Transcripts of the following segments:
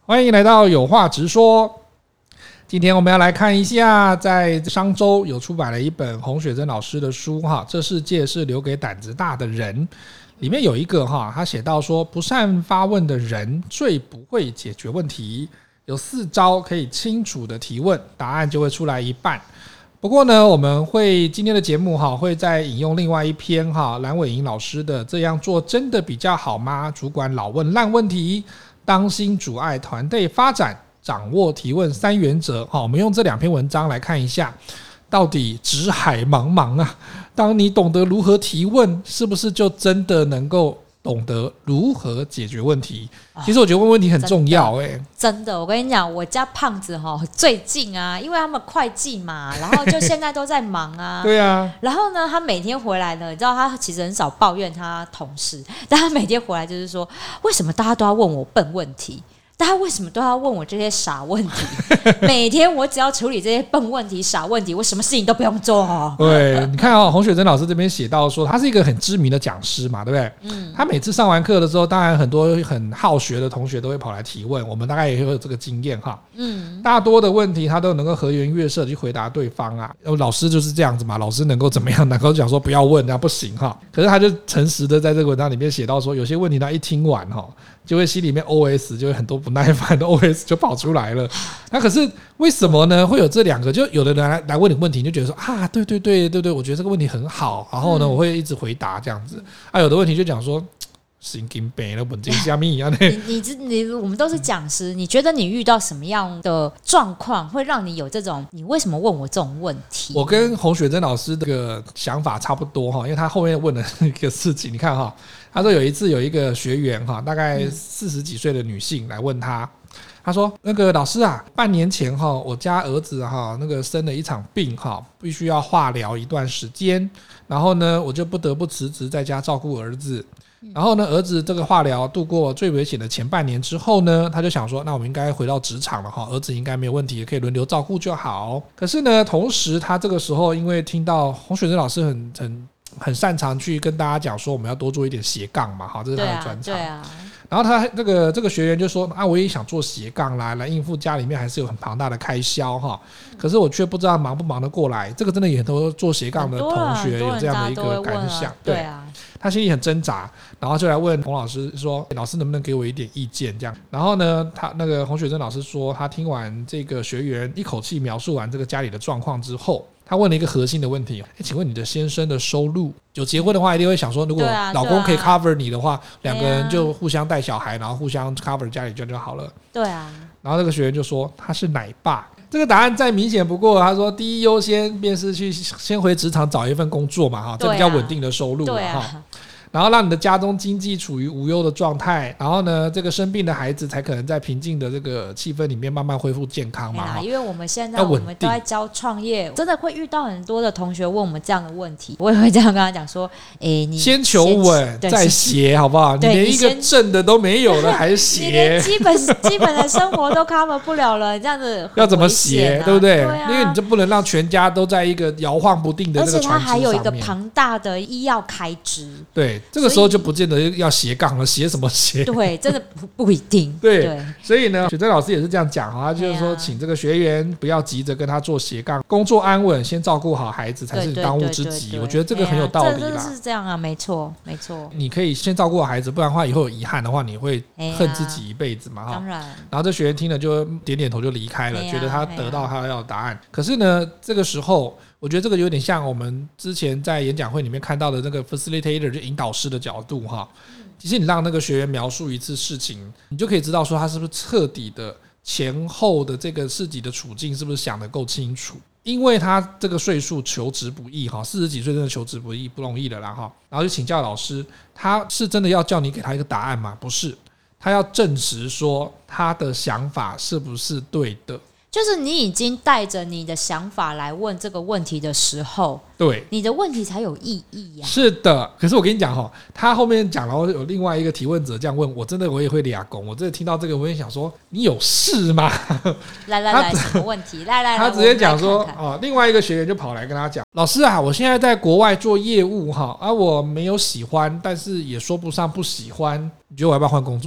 欢迎来到有话直说。今天我们要来看一下，在上周有出版了一本洪雪珍老师的书哈，这世界是留给胆子大的人。里面有一个哈，他写到说，不善发问的人最不会解决问题。有4招可以清楚的提问，答案就会出来一半。不过呢，我们会今天的节目会再引用另外一篇蓝伟莹老师的《这样做真的比较好吗？主管老问烂问题，当心阻碍团队发展，掌握提问3原则》。我们用这2篇文章来看一下，到底职海茫茫啊，当你懂得如何提问，是不是就真的能够懂得如何解决问题？其实我觉得问问题很重要真的，我跟你讲，我家胖子最近啊，因为他们会计嘛，然后就现在都在忙啊。 对啊。 然后呢，他每天回来呢，你知道他其实很少抱怨他同事，但他每天回来就是说，为什么大家都要问我笨问题？大家为什么都要问我这些傻问题？每天我只要处理这些笨问题、傻问题，我什么事情都不用做对，你看洪雪珍老师这边写到说，他是一个很知名的讲师嘛，对不对？他每次上完课的时候，当然很多很好学的同学都会跑来提问，我们大概也会有这个经验哈。大多的问题他都能够和颜悦色的去回答对方啊。老师就是这样子嘛，老师能够怎么样？能够讲说不要问啊，不行哈。可是他就诚实的在这个文章里面写到说，有些问题他一听完就会心里面 OS 就会很多不耐烦的 OS 就跑出来了。那可是为什么呢？会有这2个？就有的人来问你问题，你就觉得说啊，对对对对对，我觉得这个问题很好，然后呢，我会一直回答这样子。有的问题就讲说神经病了，本金虾米一样的。 我们都是讲师，你觉得你遇到什么样的状况会让你有这种你为什么问我这种问题？ 我跟洪雪珍老师的想法差不多因为他后面问了一个事情，你看他说有一次有一个学员大概40几岁的女性来问他，他说那个老师啊，半年前我家儿子那个生了一场病必须要化疗一段时间，然后呢我就不得不辞职在家照顾儿子。然后呢，儿子这个化疗度过最危险的前半年之后呢，他就想说，那我们应该回到职场了儿子应该没有问题，可以轮流照顾就好。可是呢，同时他这个时候因为听到洪雪珍老师很擅长去跟大家讲说，我们要多做一点斜杠嘛，这是他的专长。对啊。然后他这个学员就说啊，我也想做斜杠来应付家里面还是有很庞大的开销可是我却不知道忙不忙得过来。这个真的也很多做斜杠的同学有这样的一个感想。对啊。他心里很挣扎，然后就来问洪老师说，老师能不能给我一点意见这样。然后呢，他那个洪雪珍老师说，他听完这个学员一口气描述完这个家里的状况之后，他问了一个核心的问题，请问你的先生的收入，有结婚的话一定会想说，如果老公可以 cover 你的话，2个人就互相带小孩，然后互相 cover 家里就好了。 对啊。 然后这个学员就说他是奶爸。这个答案再明显不过，他说第一优先便是去先回职场找一份工作嘛这比较稳定的收入然后让你的家中经济处于无忧的状态，然后呢，这个生病的孩子才可能在平静的这个气氛里面慢慢恢复健康嘛。 因为我们现在我们都在教创业，真的会遇到很多的同学问我们这样的问题，我也会这样跟他讲说，你先求稳再斜好不好？你连一个正的都没有了还斜， 你连基本的生活都 cover 不了了，这样子要怎么斜，对不对？ 因为你就不能让全家都在一个摇晃不定的这个船只上面，而且它还有一个庞大的医药开支。 对。这个时候就不见得要斜杠了，斜什么斜？ 对，真的不一定。 对，所以呢，雪珍老师也是这样讲他就是说，请这个学员不要急着跟他做斜杠，工作安稳，先照顾好孩子才是你当务之急。我觉得这个很有道理啦。 真的是这样啊，没错，没错。 你可以先照顾好孩子，不然的话以后有遗憾的话，你会恨自己一辈子嘛。 当然。 然后这学员听了就点点头就离开了，觉得他得到他要的答案。可是呢，这个时候我觉得这个有点像我们之前在演讲会里面看到的那个 facilitator 就引导师的角度其实你让那个学员描述一次事情，你就可以知道说他是不是彻底的前后的这个自己的处境是不是想得够清楚。因为他这个岁数求职不易40几岁真的求职不易，不容易的啦然后就请教老师，他是真的要叫你给他一个答案吗？不是，他要证实说他的想法是不是对的。 就是你已经带着你的想法来问这个问题的时候， 对， 你的问题才有意义呀。 是的，可是我跟你讲他后面讲了有另外一个提问者这样问我，真的我也会俩拱。我真的听到这个，我也想说你有事吗？ 来，什么问题？来， 他直接讲说另外一个学员就跑来跟他讲，老师啊，我现在在国外做业务我没有喜欢，但是也说不上不喜欢，你觉得我要不要换工作？ 跟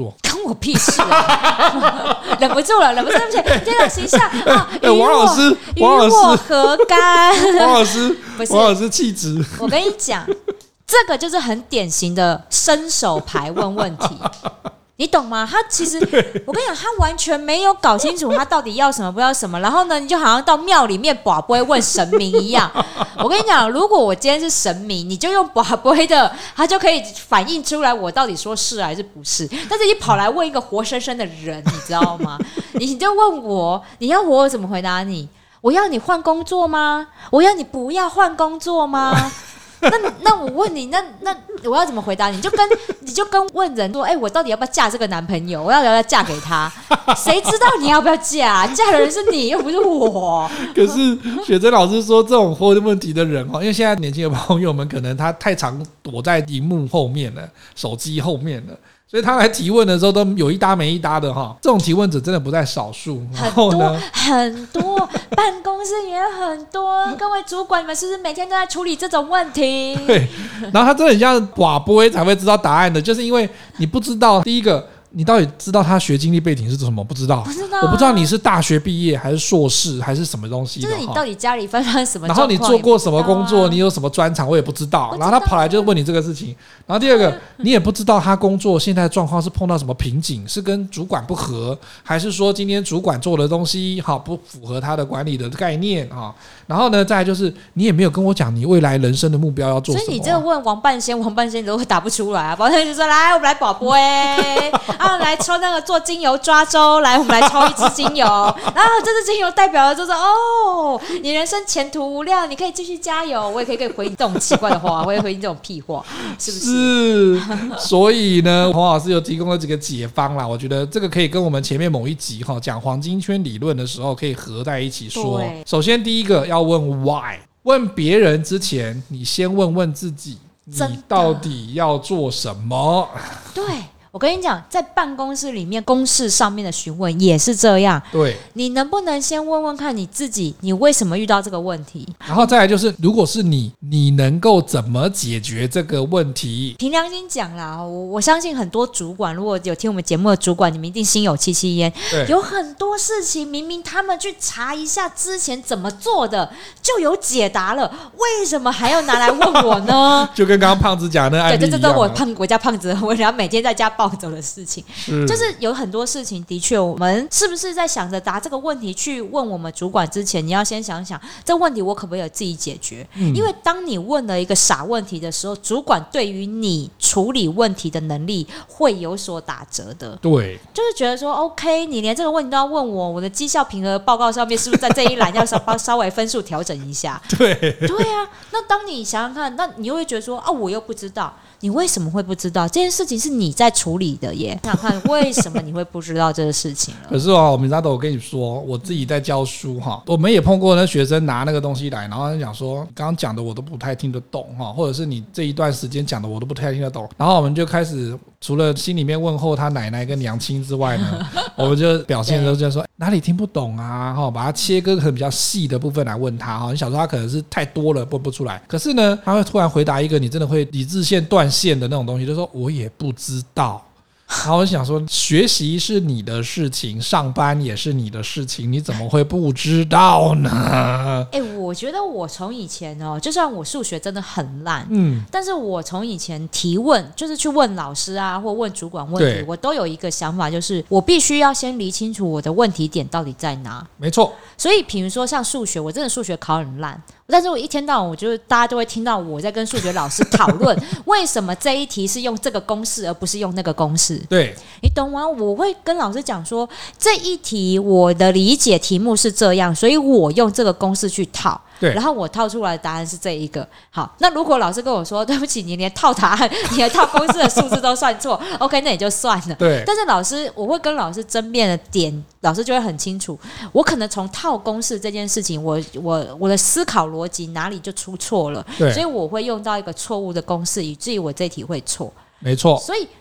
我屁事啊！忍不住了，对不起，天哪，形象啊！ 王老师， 与我何干？ 王老师， 不是王老师气质。 我跟你讲，这个就是很典型的伸手牌问问题。你懂吗？他其实，我跟你讲，他完全没有搞清楚他到底要什么不要什么。然后呢，你就好像到庙里面跋杯问神明一样。我跟你讲，如果我今天是神明，你就用跋杯的，他就可以反映出来我到底说是还是不是。但是你跑来问一个活生生的人，你知道吗？你就问我，你要我怎么回答你？我要你换工作吗？我要你不要换工作吗？那我问你，那我要怎么回答你？你就跟问人说，我到底要不要嫁这个男朋友？我要不要嫁给他？谁知道你要不要嫁？嫁的人是你，又不是我。 可是雪珍老师说，这种问题的人因为现在年轻的朋友们可能他太常躲在荧幕后面了，手机后面了。所以他来提问的时候都有一搭没一搭的这种提问者真的不在少数。然后呢， 很多办公室也很多，各位主管，你们是不是每天都在处理这种问题？ 对，然后他真的很像寡播才会知道答案的，就是因为你不知道第一个。你到底知道他学经历背景是什么？不知道，我不知道你是大学毕业还是硕士还是什么东西的， 就是你到底家里发生什么状况， 然后你做过什么工作，你有什么专长，我也不知道。然后他跑来就问你这个事情。然后第二个，你也不知道他工作现在的状况是碰到什么瓶颈，是跟主管不合，还是说今天主管做的东西不符合他的管理的概念。然后呢，再来就是你也没有跟我讲你未来人生的目标要做什么。 所以你这个问王半仙你都会答不出来啊。王半仙就说：“来，我们来宝贝来抽那个做精油抓周，来，我们来抽一支精油。这支精油代表的就是你人生前途无量，你可以继续加油。我也可以回你这种奇怪的话，我也回你这种屁话，是不是？ 所以呢，黄老师有提供了几个解方啦。我觉得这个可以跟我们前面某一集讲黄金圈理论的时候可以合在一起说。首先第一个要问 why， 问别人之前，你先问问自己，你到底要做什么？ 对。我跟你讲，在办公室里面公事上面的询问也是这样。 对， 你能不能先问问看你自己，你为什么遇到这个问题？ 然后再来就是，如果是你能够怎么解决这个问题？ 凭良心讲啦，我相信很多主管，如果有听我们节目的主管，你们一定心有戚戚焉。有很多事情明明他们去查一下之前怎么做的就有解答了，为什么还要拿来问我呢？ 就跟刚刚胖子讲的案例一样。 对，我家胖子，我然后每天在家暴走的事情，就是有很多事情的确，我们是不是在想着答这个问题去问我们主管之前，你要先想想这问题我可不可以自己解决？因为当你问了一个傻问题的时候，主管对于你处理问题的能力会有所打折的。 对， 就是觉得说 OK， 你连这个问题都要问我的绩效评核报告上面是不是在这一栏要稍微分数调整一下？对啊，那当你想想看，那你又会觉得说我又不知道。你为什么会不知道这件事情是你在处理的耶？想想看为什么你会不知道这个事情了？ 可是我们大斗，我跟你说，我自己在教书我们也碰过那学生拿那个东西来，然后他讲说，刚刚讲的我都不太听得懂或者是你这一段时间讲的我都不太听得懂，然后我们就开始除了心里面问候他奶奶跟娘亲之外呢，我们就表现的就是说哪里听不懂啊，把它切割成比较细的部分来问他你想说他可能是太多了问不出来，可是呢他会突然回答一个你真的会理智线断线的那种东西，就是说我也不知道。然后我想说，学习是你的事情，上班也是你的事情，你怎么会不知道呢？ 我觉得我从以前就算我数学真的很烂，但是我从以前提问，就是去问老师啊，或问主管问题，我都有一个想法，就是我必须要先理清楚我的问题点到底在哪。 没错。 所以比如说像数学，我真的数学考很烂，但是我一天到晚大家都会听到我在跟数学老师讨论为什么这一题是用这个公式而不是用那个公式。 对， 你懂吗？我会跟老师讲说，这一题我的理解题目是这样，所以我用这个公式去套。对，然后我套出来的答案是这一个。好，那如果老师跟我说对不起，你连套答案、你的套公式的数字都算错，OK， 那也就算了。对，但是我会跟老师争辩的点，老师就会很清楚。我可能从套公式这件事情，我的思考逻辑哪里就出错了，所以我会用到一个错误的公式，以至于我这题会错。 没错， 所以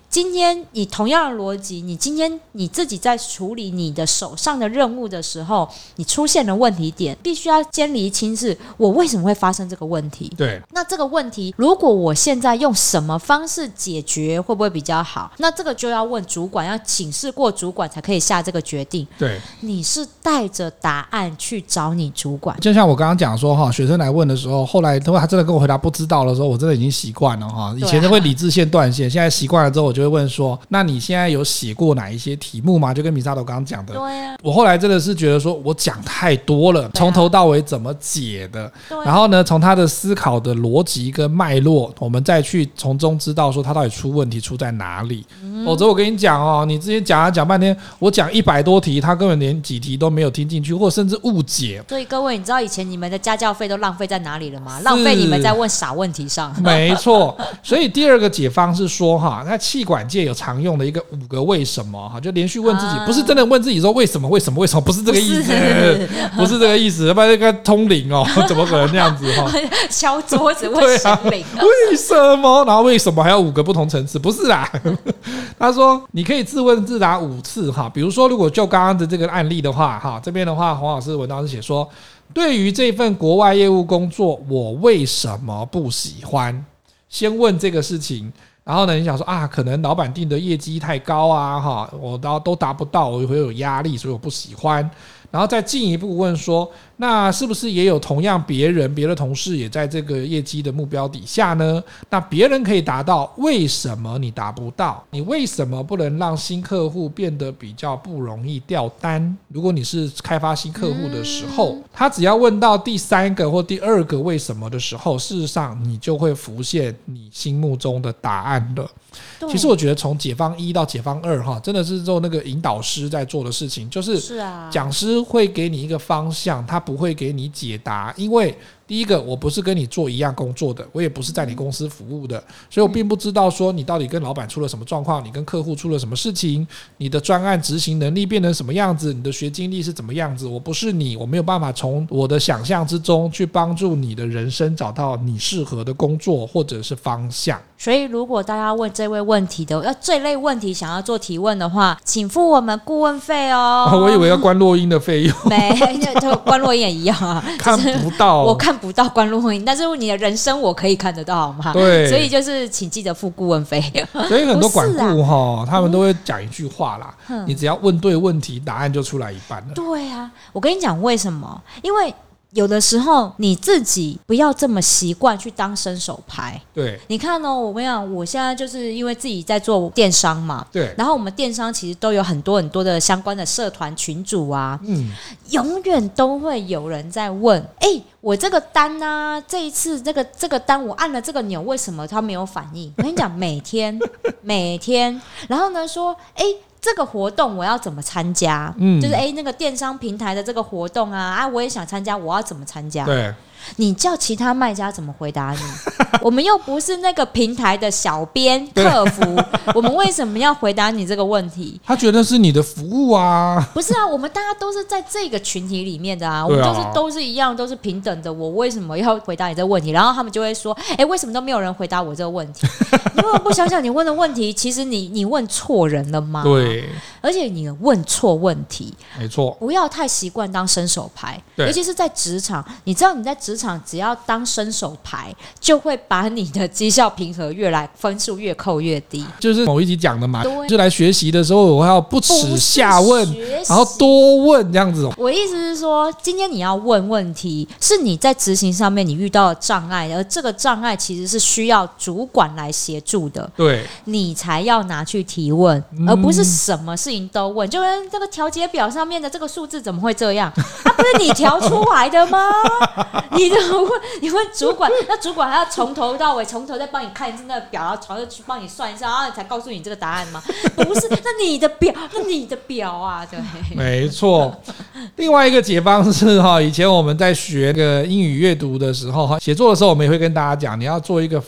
今天你同样的逻辑，你今天你自己在处理你的手上的任务的时候，你出现了问题点，必须要先厘清是我为什么会发生这个问题。 对， 那这个问题如果我现在用什么方式解决会不会比较好，那这个就要问主管，要请示过主管才可以下这个决定。 对， 你是带着答案去找你主管， 就像我刚刚讲说学生来问的时候，后来他真的跟我回答不知道的时候，我真的已经习惯了以前会理智线断线，现在习惯了之后，我就会问说，那你现在有写过哪一些题目吗？就跟米沙头刚刚讲的。 对啊， 我后来真的是觉得说我讲太多了，从头到尾怎么解的，然后呢，从他的思考的逻辑跟脉络，我们再去从中知道说他到底出问题出在哪里。否则我跟你讲你之前讲半天，我讲100多题，他根本连几题都没有听进去，或甚至误解。 所以各位，你知道以前你们的家教费都浪费在哪里了吗？浪费你们在问傻问题上。 没错，所以第二个解方是说在气管界有常用的一个5个为什么就连续问自己，不是真的问自己说为什么，不是这个意思，不是这个意思，要不然这个通灵怎么可能那样子敲桌子问神灵为什么？然后为什么还有5个不同层次？不是啦。他说你可以自问自答5次比如说如果就刚刚的这个案例的话这边的话黄老师文章是写说，对于这份国外业务工作我为什么不喜欢，先问这个事情。然后呢，你想说可能老板定的业绩太高我都达不到，我会有压力，所以我不喜欢。然后再进一步问说，那是不是也有同样别的同事也在这个业绩的目标底下呢？那别人可以达到，为什么你达不到？你为什么不能让新客户变得比较不容易掉单？如果你是开发新客户的时候，他只要问到第3个或第2个为什么的时候，事实上你就会浮现你心目中的答案了。其实我觉得从解放1到解放2真的是做那个引导师在做的事情，就是讲师会给你一个方向，他不会给你解答，因为第一个，我不是跟你做一样工作的，我也不是在你公司服务的，所以我并不知道说你到底跟老板出了什么状况，你跟客户出了什么事情，你的专案执行能力变成什么样子，你的学经历是怎么样子。我不是你，我没有办法从我的想象之中去帮助你的人生找到你适合的工作或者是方向。 所以如果大家问这位问题的这类问题想要做提问的话，请付我们顾问费我以为要关落音的费用。 没，关落音也一样看不到， 我看不到关落音，但是你的人生我可以看得到，好吗？ 对， 所以就是请记得付顾问费。 所以很多管顾他们都会讲一句话啦，你只要问对问题，答案就出来一半了。 对啊，我跟你讲为什么？因为有的时候你自己不要这么习惯去当伸手牌。 对， 你看我跟你讲，我现在就是因为自己在做电商嘛， 对， 然后我们电商其实都有很多的相关的社团群组永远都会有人在问，我这个单啊，这一次这个单我按了这个钮，为什么它没有反应？我跟你讲，每天，然后呢说，这个活动我要怎么参加？就是那个电商平台的这个活动我也想参加，我要怎么参加？ 对， 你叫其他卖家怎么回答你？我们又不是那个平台的小编客服，我们为什么要回答你这个问题？ 他觉得是你的服务啊。 不是我们大家都是在这个群体里面的我们都是一样，都是平等的，我为什么要回答你这个问题？然后他们就会说，为什么都没有人回答我这个问题？你为什么不想想你问的问题？其实你问错人了吗？ 对， 而且你问错问题， 没错， 不要太习惯当伸手牌，尤其是在职场。你知道你在职场只要当伸手牌，就会把你的绩效评核分数越扣越低。 就是某一集讲的嘛，就来学习的时候我要不耻下问，然后多问这样子。 我的意思是说，今天你要问问题，是你在执行上面你遇到的障碍，而这个障碍其实是需要主管来协助的， 对，你才要拿去提问，而不是什么事情都问。就跟这个调节表上面的这个数字怎么会这样？不是你调出来的吗？你问主管，那主管还要从头到尾，从头再帮你看一次那个表，然后从头去帮你算一下，然后才告诉你这个答案吗？不是，那你的表啊，对， 没错。另外一个解方是以前我们在学那个英语阅读的时候，写作的时候我们也会跟大家讲，你要做一个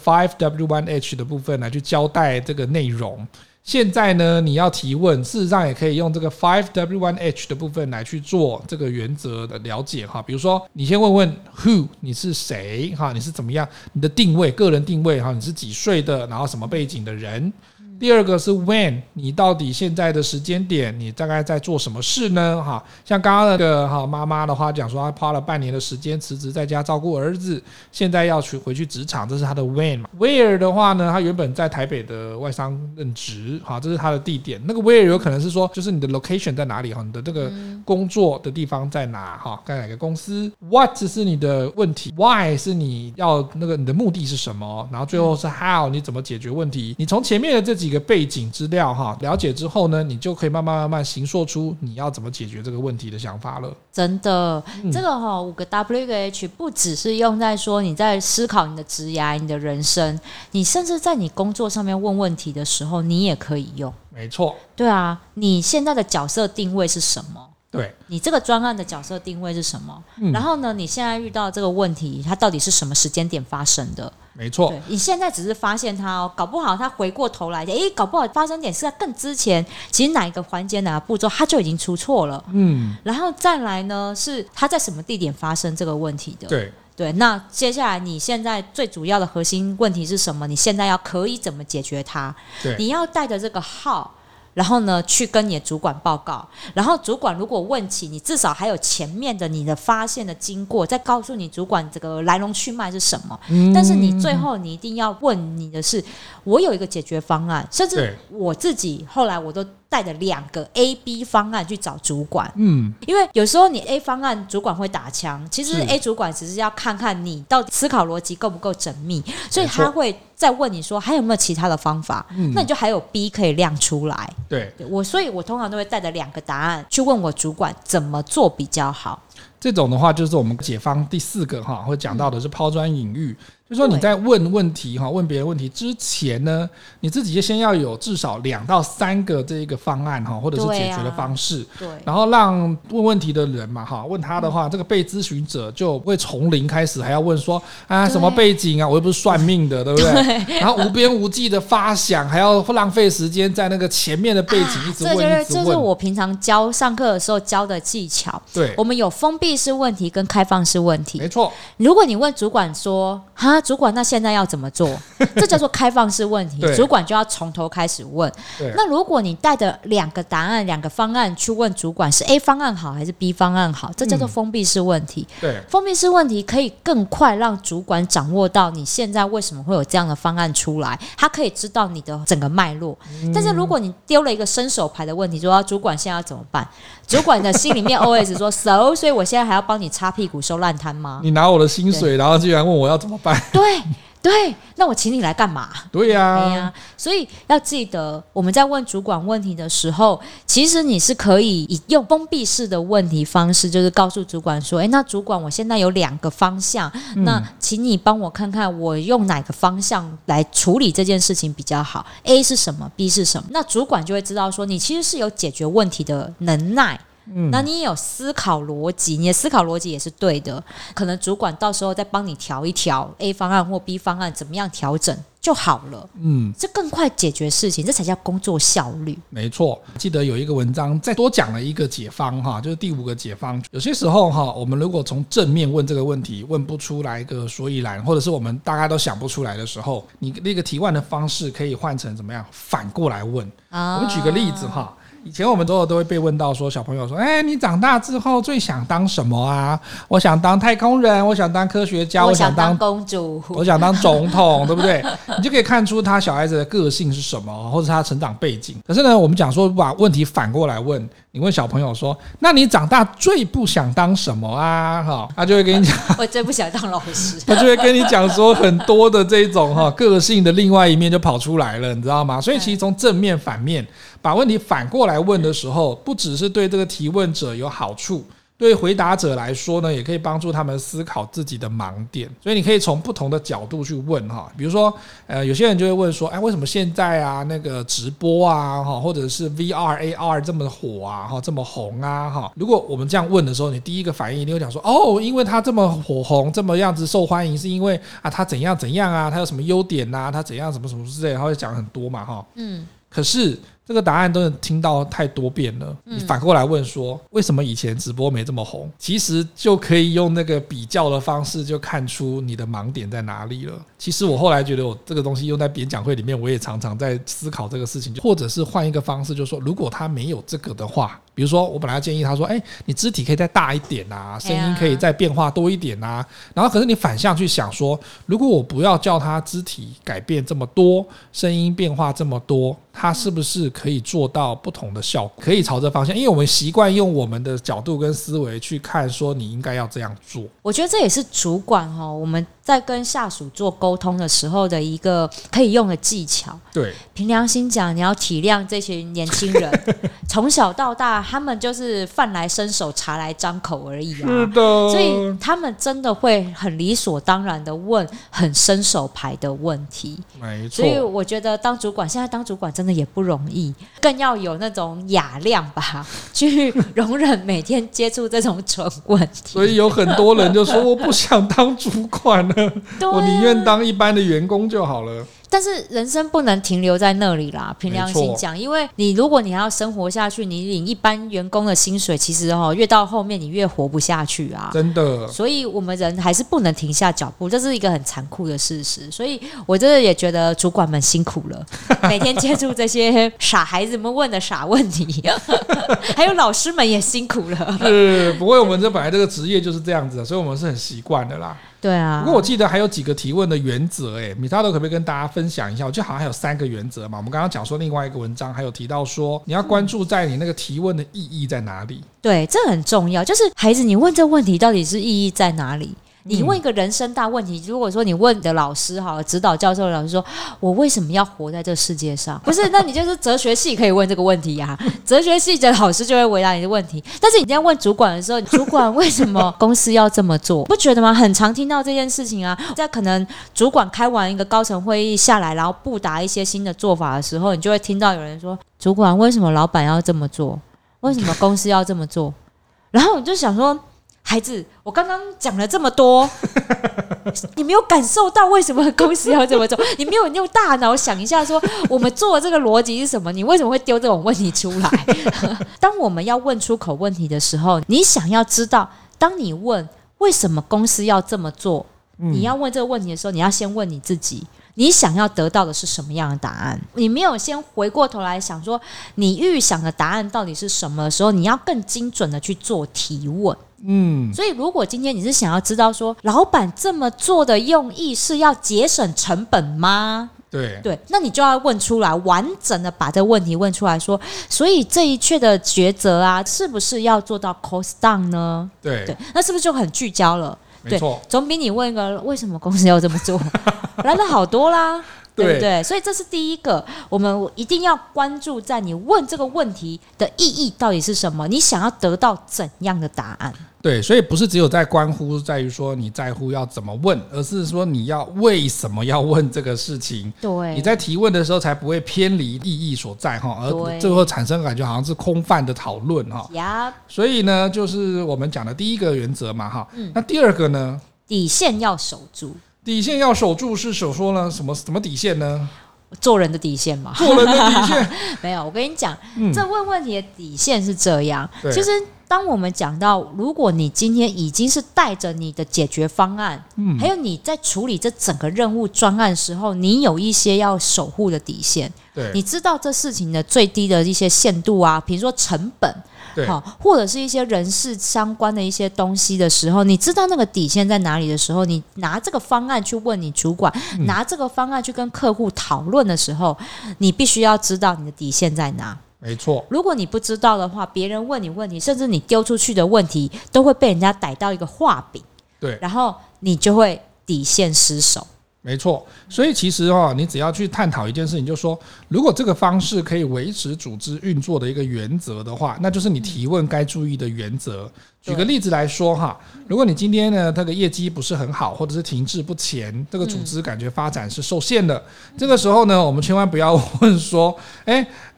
5W1H 的部分来去交代这个内容。现在呢，你要提问，事实上也可以用这个 5W1H 的部分来去做这个原则的了解哈。比如说，你先问问 Who， 你是谁哈？你是怎么样？你的定位，个人定位哈，你是几岁的，然后什么背景的人？ 第二个是 when， 你到底现在的时间点你大概在做什么事呢？像刚刚那个妈妈的话讲说她花了半年的时间辞职在家照顾儿子，现在要回去职场，这是她的 when 嘛。 where 的话呢，她原本在台北的外商任职，这是她的地点。那个 where 有可能是说就是你的 location 在哪里，你的这个工作的地方在哪，在哪个公司。 what 是你的问题， why 是你要那个你的目的是什么，然后最后是 how 你怎么解决问题。你从前面的这几个背景资料了解之后呢，你就可以慢慢形塑出你要怎么解决这个问题的想法了。 真的，这个5个 W 跟 H 不只是用在说你在思考你的职涯、你的人生，你甚至在你工作上面问问题的时候，你也可以用。 没错， 对啊，你现在的角色定位是什么？ 对， 你这个专案的角色定位是什么？然后呢，你现在遇到这个问题，它到底是什么时间点发生的？ 没错， 你现在只是发现它搞不好它回过头来，搞不好发生点是在更之前，其实哪一个环节哪个步骤它就已经出错了。然后再来呢，是它在什么地点发生这个问题的？对，那接下来你现在最主要的核心问题是什么？你现在可以怎么解决它？你要带着这个号。然后呢，去跟你的主管报告，然后主管如果问起，你至少还有前面的你的发现的经过，再告诉你主管这个来龙去脉是什么。但是你最后你一定要问你的是，我有一个解决方案，甚至我自己后来我都带着2个 A、B 方案去找主管。因为有时候你 A 方案主管会打枪，其实 A 主管只是要看看你到底思考逻辑够不够缜密，所以他会再问你说还有没有其他的方法。那你就还有 B 可以亮出来。所以我通常都会带着2个答案去问我主管怎么做比较好。 这种的话就是我们解方第4个会讲到的是抛砖引玉。就是说你在问问题问别人问题之前呢，你自己先要有至少2到3个这个方案或者是解决的方式。然后让问问题的人嘛问他的话，这个被咨询者就会从零开始，还要问说什么背景啊，我又不是算命的，对不对？然后无边无际的发想，还要浪费时间在那个前面的背景一直问一直问。 这是我平常上课的时候教的技巧。我们有封闭式问题跟开放式问题。 没错。 如果你问主管说主管那现在要怎么做，这叫做开放式问题。主管就要从头开始问。那如果你带着2个答案2个方案去问主管，是 A 方案好还是 B 方案好，这叫做封闭式问题。封闭式问题可以更快让主管掌握到你现在为什么会有这样的方案出来，他可以知道你的整个脉络。但是如果你丢了一个伸手牌的问题，说主管现在要怎么办，主管的心里面 OS 说所以我现在还要帮你擦屁股收烂摊吗？ 你拿我的薪水然后居然问我要怎么办？ 对，那我请你来干嘛？ 对呀， 所以要记得，我们在问主管问题的时候，其实你是可以用封闭式的问题方式，就是告诉主管说，那主管我现在有2个方向，那请你帮我看看我用哪个方向来处理这件事情比较好。A 是什么 B 是什么，那主管就会知道说你其实是有解决问题的能耐。那你也有思考逻辑，你的思考逻辑也是对的，可能主管到时候再帮你调一调 A 方案或 B 方案怎么样调整就好了。这更快解决事情，这才叫工作效率。 没错，记得有一个文章再多讲了一个解方就是第5个解方。有些时候我们如果从正面问这个问题问不出来一个所以然，或者是我们大家都想不出来的时候，你那个提问的方式可以换成怎么样，反过来问。我们举个例子以前我们都会被问到说，小朋友说你长大之后最想当什么啊？我想当太空人，我想当科学家， 我想当公主， 我想当总统对不对？你就可以看出他小孩子的个性是什么，或者他成长背景。可是呢，我们讲说把问题反过来问，你问小朋友说，那你长大最不想当什么啊？他就会跟你讲我最不想当老师。 他就会跟你讲说很多的这种个性的另外一面就跑出来了，你知道吗？所以其实从正面反面把问题反过来问的时候，不只是对这个提问者有好处，对回答者来说呢，也可以帮助他们思考自己的盲点。所以你可以从不同的角度去问比如说有些人就会问说，为什么现在那个直播啊或者是 VR AR 这么火啊这么红啊如果我们这样问的时候，你第一个反应一定会讲说，因为他这么火红这么样子受欢迎，是因为他怎样怎样啊，他有什么优点啊，他怎样什么什么之类的，他会讲很多嘛可是这个答案都听到太多遍了，你反过来问说为什么以前直播没这么红，其实就可以用那个比较的方式就看出你的盲点在哪里了。其实我后来觉得我这个东西用在演讲会里面，我也常常在思考这个事情，或者是换一个方式，就是说如果他没有这个的话，比如说我本来要建议他说你肢体可以再大一点啊，声音可以再变化多一点啊，然后可是你反向去想说，如果我不要叫他肢体改变这么多，声音变化这么多，他是不是可以做到不同的效果，可以朝这方向，因为我们习惯用我们的角度跟思维去看说你应该要这样做。 我觉得这也是主管我们在跟下属做沟通的时候的一个可以用的技巧。 对， 凭良心讲，你要体谅这群年轻人从小到大他们就是饭来伸手茶来张口而已啊， 是的， 所以他们真的会很理所当然的问很伸手牌的问题。 没错， 所以我觉得当主管，现在当主管真的也不容易，更要有那种雅量吧，去容忍每天接触这种蠢问题。 所以有很多人就说我不想当主管了我宁愿当一般的员工就好了。 但是人生不能停留在那里啦，凭良心讲，因为如果你要生活下去，你领一般员工的薪水，其实越到后面你越活不下去啊， 真的。 所以我们人还是不能停下脚步，这是一个很残酷的事实。所以我真的也觉得主管们辛苦了，每天接触这些傻孩子们问的傻问题，还有老师们也辛苦了。 是，不过我们本来这个职业就是这样子的，所以我们是很习惯的啦。 对啊， 不过我记得还有几个提问的原则，米塔多可不可以跟大家分享一下？我记得好像还有3个原则嘛。我们刚刚讲说另外一个文章还有提到说，你要关注在你那个提问的意义在哪里。 对，这很重要。就是孩子，你问这问题到底是意义在哪里？你问一个人生大问题，如果说你问你的老师指导教授的老师说，我为什么要活在这世界上？不是，那你就是哲学系可以问这个问题呀，哲学系的老师就会回答你的问题。但是你在问主管的时候，主管为什么公司要这么做？不觉得吗？很常听到这件事情啊，在可能主管开完一个高层会议下来，然后布达一些新的做法的时候，你就会听到有人说，主管为什么老板要这么做？为什么公司要这么做？然后我就想说，孩子，我刚刚讲了这么多，你没有感受到为什么公司要这么做？你没有用大脑想一下说，我们做的这个逻辑是什么？你为什么会丢这种问题出来？当我们要问出口问题的时候，你想要知道，当你问为什么公司要这么做，你要问这个问题的时候，你要先问你自己，你想要得到的是什么样的答案？你没有先回过头来想说你预想的答案到底是什么的时候，你要更精准的去做提问。所以如果今天你是想要知道说老板这么做的用意是要节省成本吗？对，那你就要问出来，完整的把这个问题问出来说，所以这一切的抉择啊，是不是要做到 cost down 呢？对，那是不是就很聚焦了？ 没错， 总比你问一个为什么公司要这么做来的好多啦。对不对？所以这是第一个，我们一定要关注在你问这个问题的意义到底是什么，你想要得到怎样的答案。 对，所以不是只有在关乎在于说你在乎要怎么问，而是说你要为什么要问这个事情。 对， 你在提问的时候才不会偏离意义所在，而最后产生感觉好像是空泛的讨论。所以呢，就是我们讲的第一个原则嘛。那第二个呢，底线要守住。底线要守住是手说呢什么底线呢？ 做人的底线嘛。 做人的底线没有，我跟你讲，这问问题的底线是这样。其实当我们讲到，如果你今天已经是带着你的解决方案，还有你在处理这整个任务专案的时候，你有一些要守护的底线。你知道这事情的最低的一些限度啊，比如说成本。或者是一些人事相关的一些东西的时候，你知道那个底线在哪里的时候，你拿这个方案去问你主管，拿这个方案去跟客户讨论的时候，你必须要知道你的底线在哪。 没错， 如果你不知道的话，别人问你问题，甚至你丢出去的问题都会被人家逮到一个画饼，然后你就会底线失守。 没错，所以其实你只要去探讨一件事情，就是说如果这个方式可以维持组织运作的一个原则的话，那就是你提问该注意的原则。举个例子来说如果你今天呢这个业绩不是很好，或者是停滞不前，这个组织感觉发展是受限的，这个时候呢我们千万不要问说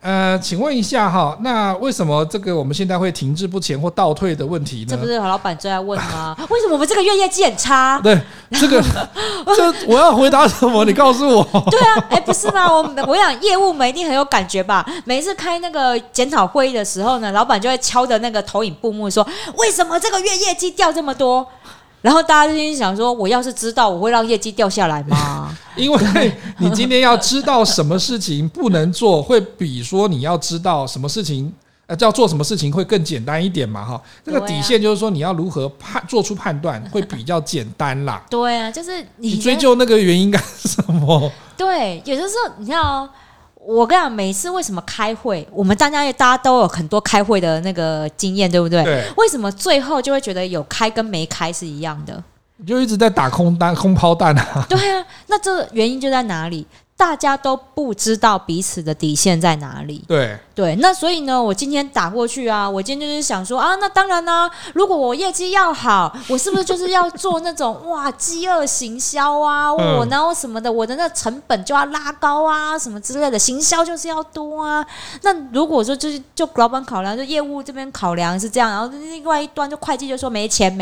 请问一下哈，那为什么这个我们现在会停滞不前或倒退的问题呢？ 这不是老板最爱问吗？为什么我们这个月业绩很差？ 对，这我要回答什么？你告诉我。 对啊，不是吗？我想业务们一定很有感觉吧？每一次开那个检讨会议的时候呢，老板就会敲着那个投影布幕说：“为什么这个月业绩掉这么多？”然后大家就心想说：“我要是知道，我会让业绩掉下来吗？” 因为你今天要知道什么事情不能做，会比说你要知道什么事情要做什么事情会更简单一点嘛哈。这个底线就是说你要如何做出判断会比较简单啦。 对啊，就是你追究那个原因干什么？ 对，有的时候你看哦。我跟你讲，每次为什么开会，我们大家都有很多开会的那个经验，对不对？ 对。 为什么最后就会觉得有开跟没开是一样的？ 你就一直在打空抛弹啊。 对啊，那这原因就在哪里？大家都不知道彼此的底线在哪里。对，那所以呢，我今天打过去啊，我今天就是想说啊，那当然啦，如果我业绩要好，我是不是就是要做那种哇饥饿行销啊，我然后什么的，我的那个成本就要拉高啊，什么之类的，行销就是要多啊。那如果说就老板考量，就业务这边考量是这样，然后另外一端就会计就说没钱，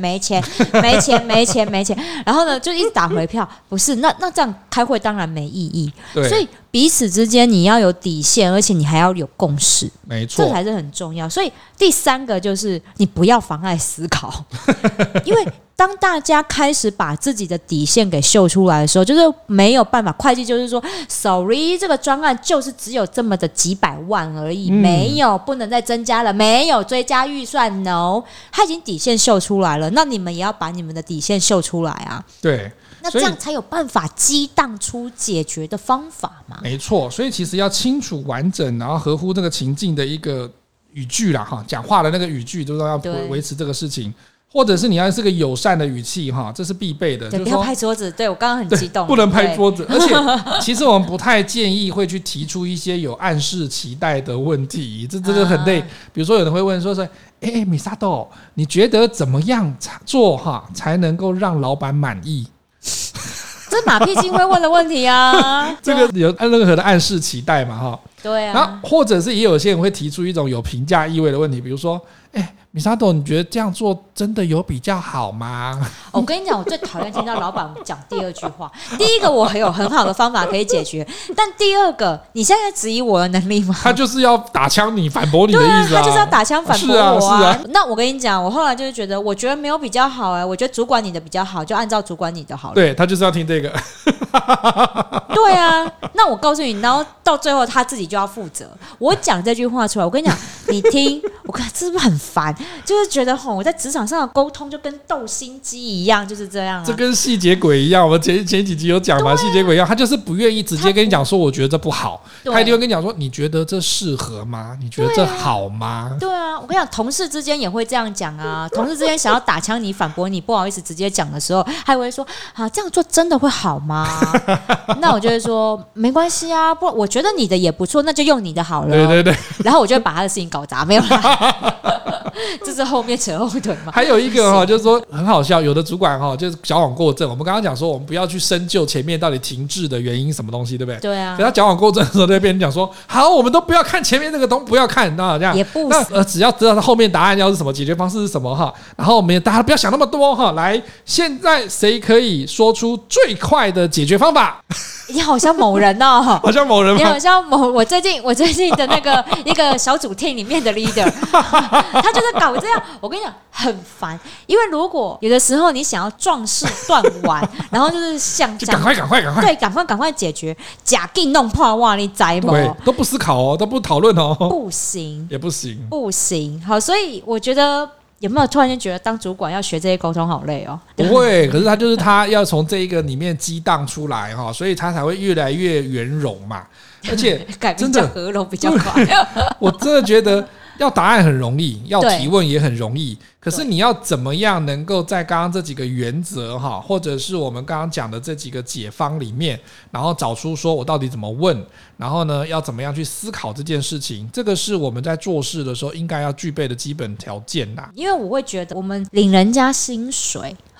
然后呢就一直打回票，不是那这样开会当然没意义。所以彼此之间你要有底线，而且你还要有共识， 没错， 这才是很重要。所以第三个就是你不要妨碍思考，因为当大家开始把自己的底线给秀出来的时候，就是没有办法。会计就是说 ，sorry， 这个专案就是只有这么的几百万而已，没有不能再增加了，没有追加预算 ，no， 他已经底线秀出来了，那你们也要把你们的底线秀出来啊。 对。 那这样才有办法激荡出解决的方法嘛？ 没错，所以其实要清楚完整，然后合乎这个情境的一个语句啦，哈，讲话的那个语句都要维持这个事情，或者是你要是个友善的语气，哈，这是必备的。 对，不要拍桌子。对，我刚刚很激动， 不能拍桌子。而且，其实我们不太建议会去提出一些有暗示期待的问题，这个很累。比如说，有人会问说米萨豆，你觉得怎么样做才能够让老板满意？ 这马屁精会问的问题啊， 这个有任何的暗示期待嘛？哈， 对啊。 然后或者是也有些人会提出一种有评价意味的问题，比如说，米萨多，你觉得这样做真的有比较好吗？ 我跟你讲，我最讨厌听到老板讲第二句话。第一个，我有很好的方法可以解决，但第二个，你现在质疑我的能力吗？ 他就是要打枪你、反驳你的意思他就是要打枪反驳我是啊。 那我跟你讲，我后来就是觉得，我觉得没有比较好我觉得主管你的比较好，就按照主管你的好了。 对，他就是要听这个。 对啊，那我告诉你，然后到最后他自己就要负责。我讲这句话出来，我跟你讲，你听，我看这是不是很烦？就是觉得我在职场上的沟通就跟斗心机一样，就是这样啊。 这跟细节鬼一样，我们前几集有讲嘛，细节鬼一样，他就是不愿意直接跟你讲说，我觉得这不好，他一定会跟你讲说，你觉得这适合吗？你觉得这好吗？ 对啊，我跟你讲，同事之间也会这样讲啊。同事之间想要打枪你、反驳你，不好意思直接讲的时候，还会说啊，这样做真的会好吗？那我就会说没关系啊，不，我觉得你的也不错，那就用你的好了。 对。 然后我就会把他的事情搞砸，没有啦。这是后面扯后腿嘛。 还有一个就是说很好笑，有的主管就是矫枉过正。我们刚刚讲说，我们不要去深究前面到底停滞的原因什么东西，对不对？ 对啊。 可他矫枉过正的时候，就会变成讲说，好，我们都不要看前面那个东西，不要看，那这样也不只要知道他后面答案要是什么，解决方式是什么哈。然后我们大家不要想那么多哈。来，现在谁可以说出最快的解决方法？ 你好像某人哦， 好像某人吗？ 你好像我最近的那个一个小组 team 里面的 leader， 他就是搞这样。我跟你讲，很烦，因为如果有的时候你想要壮士断腕，然后就是想赶快， 对，赶快解决，假劲弄破哇，你栽不？ 都不思考哦，都不讨论哦， 不行， 也不行， 不行。好，所以我觉得。有没有突然间觉得当主管要学这些沟通好累哦？ 不会，可是他要从这一个里面激荡出来哈，所以他才会越来越圆融嘛。而且改变叫合融比较快。 我真的觉得要答案很容易，要提问也很容易。可是你要怎么样能够在刚刚这几个原则哈，或者是我们刚刚讲的这几个解方里面，然后找出说我到底怎么问，然后呢要怎么样去思考这件事情，这个是我们在做事的时候应该要具备的基本条件啦。 因为我会觉得我们领人家薪水，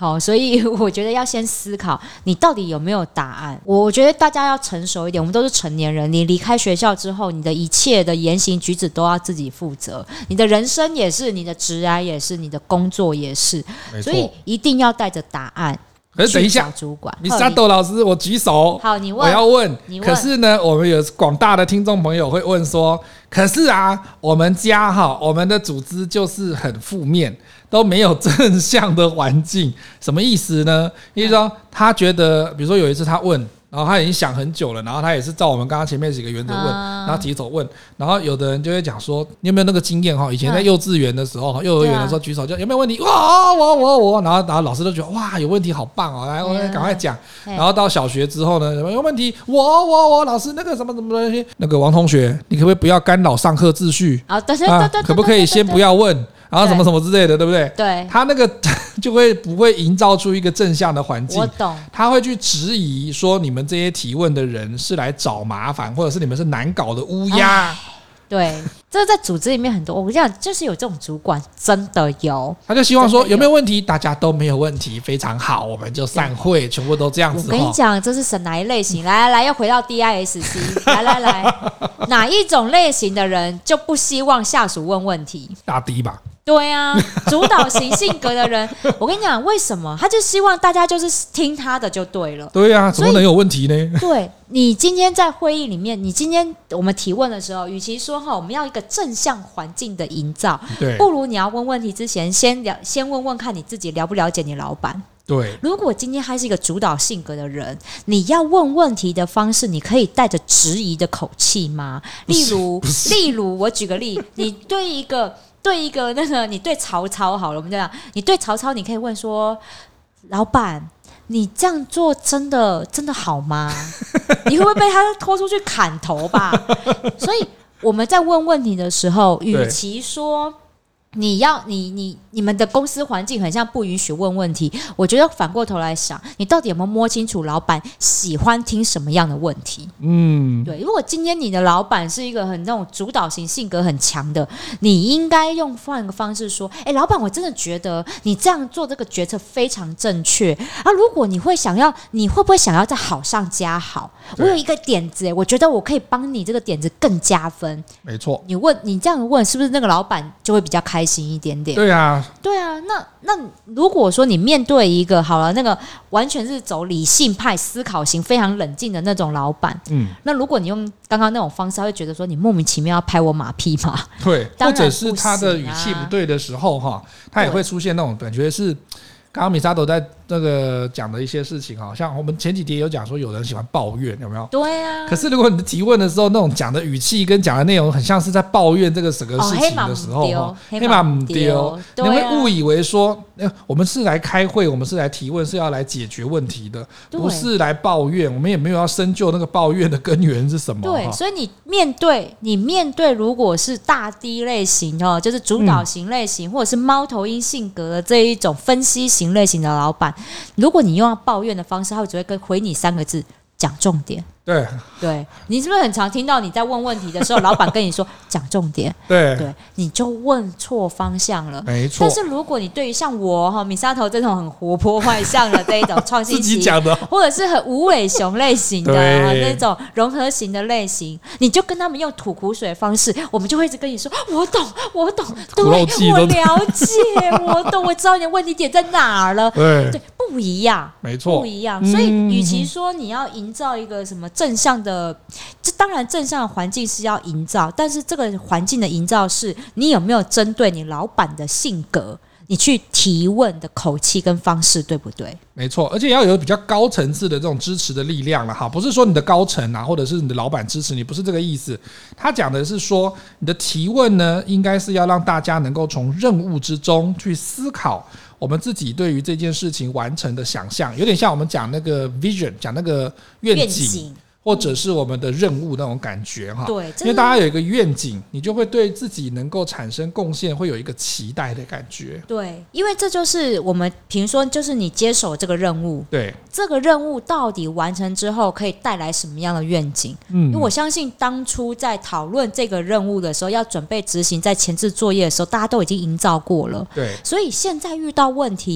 好，所以我觉得要先思考你到底有没有答案。我觉得大家要成熟一点，我们都是成年人，你离开学校之后，你的一切的言行举止都要自己负责，你的人生也是，你的职涯也是，你的工作也是，所以一定要带着答案。 可是等一下， 主管 Misato 老师，我举手。 好，你问， 我要问。可是呢，我们有广大的听众朋友会问说，可是啊，我们家我们的组织就是很负面，都没有正向的环境，什么意思呢？意思说他觉得，比如说有一次他问。然后他已经想很久了，然后他也是照我们刚刚前面几个原则问，然后提手问，然后有的人就会讲说，你有没有那个经验以前在幼稚园的时候，幼儿园的时候举手就有没有问题？哇，我，然后老师都觉得哇有问题好棒哦，来我赶快讲。然后到小学之后呢，有问题？我老师那个什么东西，那个王同学，你可不可以不要干扰上课秩序？对，可不可以先不要问？然后什么什么之类的，对不对？ 对， 他那个就会不会营造出一个正向的环境？ 我懂， 他会去质疑说你们这些提问的人是来找麻烦，或者是你们是难搞的乌鸦。 对，这在组织里面很多，我跟你讲，就是有这种主管，真的有。 他就希望说有没有问题，大家都没有问题，非常好，我们就散会，全部都这样子。 我跟你讲，这是哪一类型？来，又回到 DISC， 来，哪一种类型的人就不希望下属问问题？ 大 D 吧。 对啊，主导型性格的人，我跟你讲，为什么？他就希望大家就是听他的就对了。 对啊，怎么能有问题呢？ 对，你今天在会议里面，你今天我们提问的时候，与其说我们要一个正向环境的营造， 对， 不如你要问问题之前，先问问看你自己了不了解你老板。 对， 如果今天他是一个主导性格的人，你要问问题的方式，你可以带着质疑的口气吗？例如，我举个例，你对一个那个，你对曹操好了，我们这样，你对曹操，你可以问说，老板，你这样做真的好吗？你会不会被他拖出去砍头吧？所以我们在问问题的时候，与其说你们的公司环境很像不允许问问题，我觉得反过头来想，你到底有没有摸清楚老板喜欢听什么样的问题？对。如果今天你的老板是一个很那种主导型性格很强的，你应该换一个方式说，老板，我真的觉得你这样做这个决策非常正确啊！如果你会不会想要在好上加好？我有一个点子，我觉得我可以帮你这个点子更加分。 没错， 你这样问，是不是那个老板就会比较开心一点点？ 对啊， 那如果说你面对一个好了，那个完全是走理性派思考型、非常冷静的那种老板，那如果你用刚刚那种方式，他会觉得说你莫名其妙要拍我马屁嘛？ 对，或者是他的语气不对的时候他也会出现那种感觉是。刚刚Misato在那个讲的一些事情，像我们前几天有讲说，有人喜欢抱怨，有没有？ 对啊。 可是如果你的提问的时候，那种讲的语气跟讲的内容很像是在抱怨这个整个事情的时候，黑马唔丢，你会误以为说，我们是来开会，我们是来提问，是要来解决问题的，不是来抱怨。我们也没有要深究那个抱怨的根源是什么。 对，所以你面对如果是大 D 类型就是主导型类型，或者是猫头鹰性格的这一种分析型类型的老板，如果你用抱怨的方式，他会只会回你3个字：讲重点。对，你是不是很常听到你在问问题的时候，老板跟你说讲重点？对，你就问错方向了。 没错。 但是如果你对于像我Misato这种很活泼外向的这一种创新型， 自己讲的， 或者是很无尾熊类型的那种融合型的类型，你就跟他们用吐苦水的方式，我们就会一直跟你说我懂，对，我了解，我懂，我知道你的问题点在哪儿了。对，不一样， 没错， 不一样。所以与其说你要营造一个什么正向的，这当然正向的环境是要营造，但是这个环境的营造是你有没有针对你老板的性格，你去提问的口气跟方式对不对？ 没错，而且要有比较高层次的这种支持的力量了哈，不是说你的高层或者是你的老板支持你，不是这个意思。他讲的是说，你的提问呢，应该是要让大家能够从任务之中去思考我们自己对于这件事情完成的想象，有点像我们讲那个 vision， 讲那个愿景。或者是我们的任务那种感觉哈， 对， 因为大家有一个愿景，你就会对自己能够产生贡献，会有一个期待的感觉。 对，因为这就是我们比如说，就是你接手这个任务， 对， 这个任务到底完成之后可以带来什么样的愿景？因为我相信当初在讨论这个任务的时候，要准备执行，在前置作业的时候，大家都已经营造过了。 对， 所以现在遇到问题，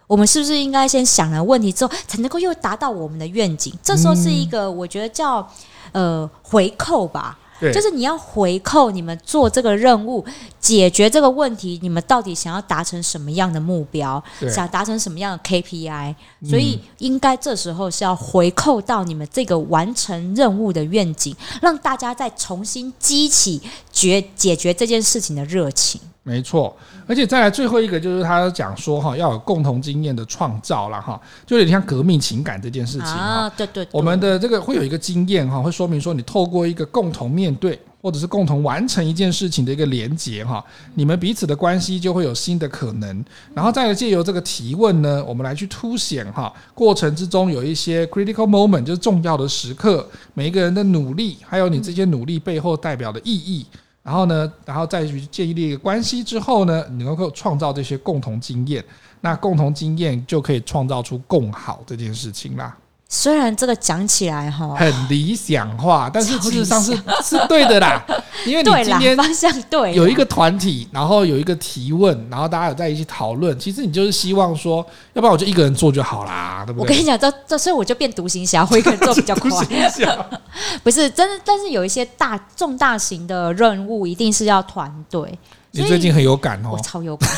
我们是不是应该先想了问题之后，才能够又达到我们的愿景？这时候是一个我觉得叫回扣吧。就是你要回扣你们做这个任务，解决这个问题，你们到底想要达成什么样的目标，想达成什么样的 KPI，所以应该这时候是要回扣到你们这个完成任务的愿景，让大家再重新激起解决这件事情的热情。 没错，而且再来最后一个就是他讲说要有共同经验的创造啦，就有点像革命情感这件事情对， 我们的这个会有一个经验会说明说你透过一个共同面对或者是共同完成一件事情的一个连结你们彼此的关系就会有新的可能，然后再来借由这个提问呢，我们来去凸显过程之中有一些 critical moment， 就是重要的时刻，每一个人的努力还有你这些努力背后代表的意义，然后再去建立一个关系之后呢，你能够创造这些共同经验，那共同经验就可以创造出共好这件事情啦。 虽然这个讲起来很理想化，但是事实上是对的啦。因为你今天方向对， 有一个团体，然后有一个提问，然后大家有在一起讨论，其实你就是希望说，要不然我就一个人做就好啦，对不对？ 我跟你讲，所以我就变独行侠，我一个人做比较快。不是真的，但是有一些重大型的任务，一定是要团队。 你最近很有感我超有感。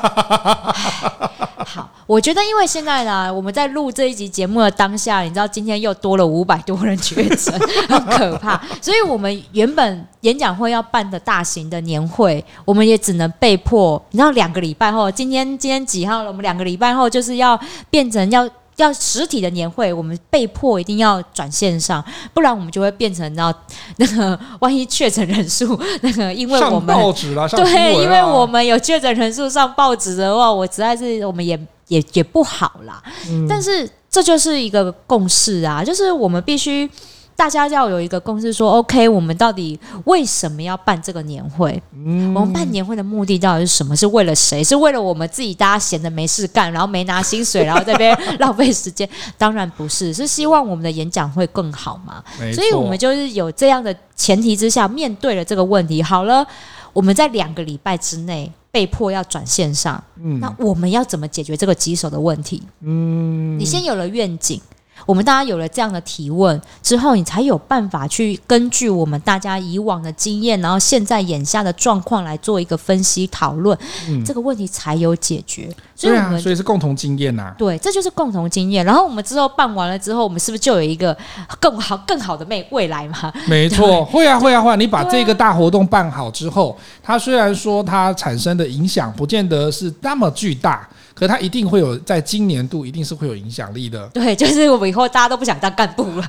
好，我觉得因为现在呢，我们在录这一集节目的当下，你知道今天又多了500多人确诊，很可怕。所以我们原本演讲会要办的大型的年会，我们也只能被迫，你知道2个礼拜后，今天几号了？我们2个礼拜后就是要变成要实体的年会，我们被迫一定要转线上，不然我们就会变成那个万一确诊人数因为我们上报纸啦，上新闻啦，对，因为我们有确诊人数上报纸的话，我实在是我们也不好啦。但是这就是一个共识啊，就是我们必须。大家要有一个共识说 OK， 我们到底为什么要办这个年会？我们办年会的目的到底是什么？是为了谁？是为了我们自己大家闲着没事干，然后没拿薪水，然后在那边浪费时间？当然不是，是希望我们的演讲会更好嘛。所以我们就是有这样的前提之下，面对了这个问题。好了，我们在2个礼拜之内被迫要转线上，那我们要怎么解决这个棘手的问题？你先有了愿景。我们大家有了这样的提问之后，你才有办法去根据我们大家以往的经验，然后现在眼下的状况来做一个分析讨论，这个问题才有解决。 所以是共同经验呐。 对，这就是共同经验。然后我们之后办完了之后，我们是不是就有一个更好的未来嘛？ 没错，会啊。你把这个大活动办好之后，它虽然说它产生的影响不见得是那么巨大，可它一定会有在今年度一定是会有影响力的。 对，就是我们以后大家都不想当干部了。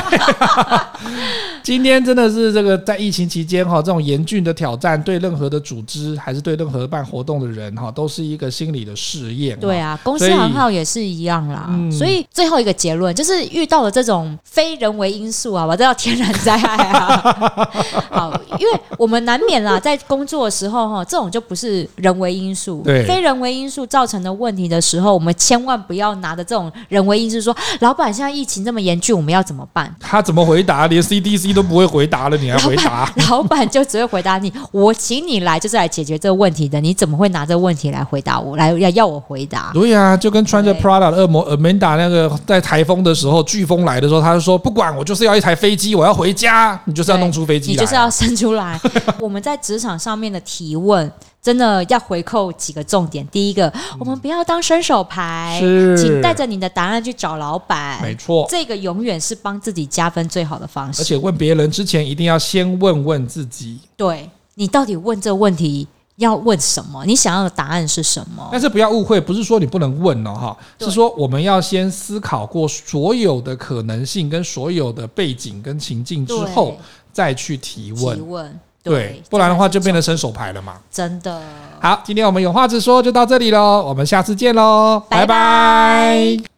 今天真的是这个在疫情期间这种严峻的挑战，对任何的组织还是对任何办活动的人都是一个心理的试验。 对啊，公司行号也是一样啦。所以最后一个结论就是遇到了这种非人为因素啊，我这叫天然灾害啊。好，因为我们难免啦，在工作的时候这种就不是人为因素，非人为因素造成的问题的时候，我们千万不要拿着这种人为因素说，老板现在疫情这么严峻，我们要怎么办？ 他怎么回答？连 CDC 都不会回答了，你还回答？ 老板就只会回答你，我请你来就是来解决这个问题的，你怎么会拿这个问题来回答我，来要我回答？ 对啊，就跟穿着 Prada 的恶魔 Amanda 那个在台风的时候，飓风来的时候，他就说不管，我就是要一台飞机，我要回家，你就是要弄出飞机来， 你就是要生出来。我们在职场上面的提问真的要回扣几个重点。第一个，我们不要当伸手牌，请带着你的答案去找老板。 没错， 这个永远是帮自己加分最好的方式。 而且问别人之前，一定要先问问自己， 对，你到底问这个问题要问什么？你想要的答案是什么？ 但是不要误会，不是说你不能问哦，是说我们要先思考过所有的可能性跟所有的背景跟情境之后，再去提问。对，不然的话就变成伸手牌了嘛。 真的。 好，今天我们有话直说就到这里咯，我们下次见咯，拜拜。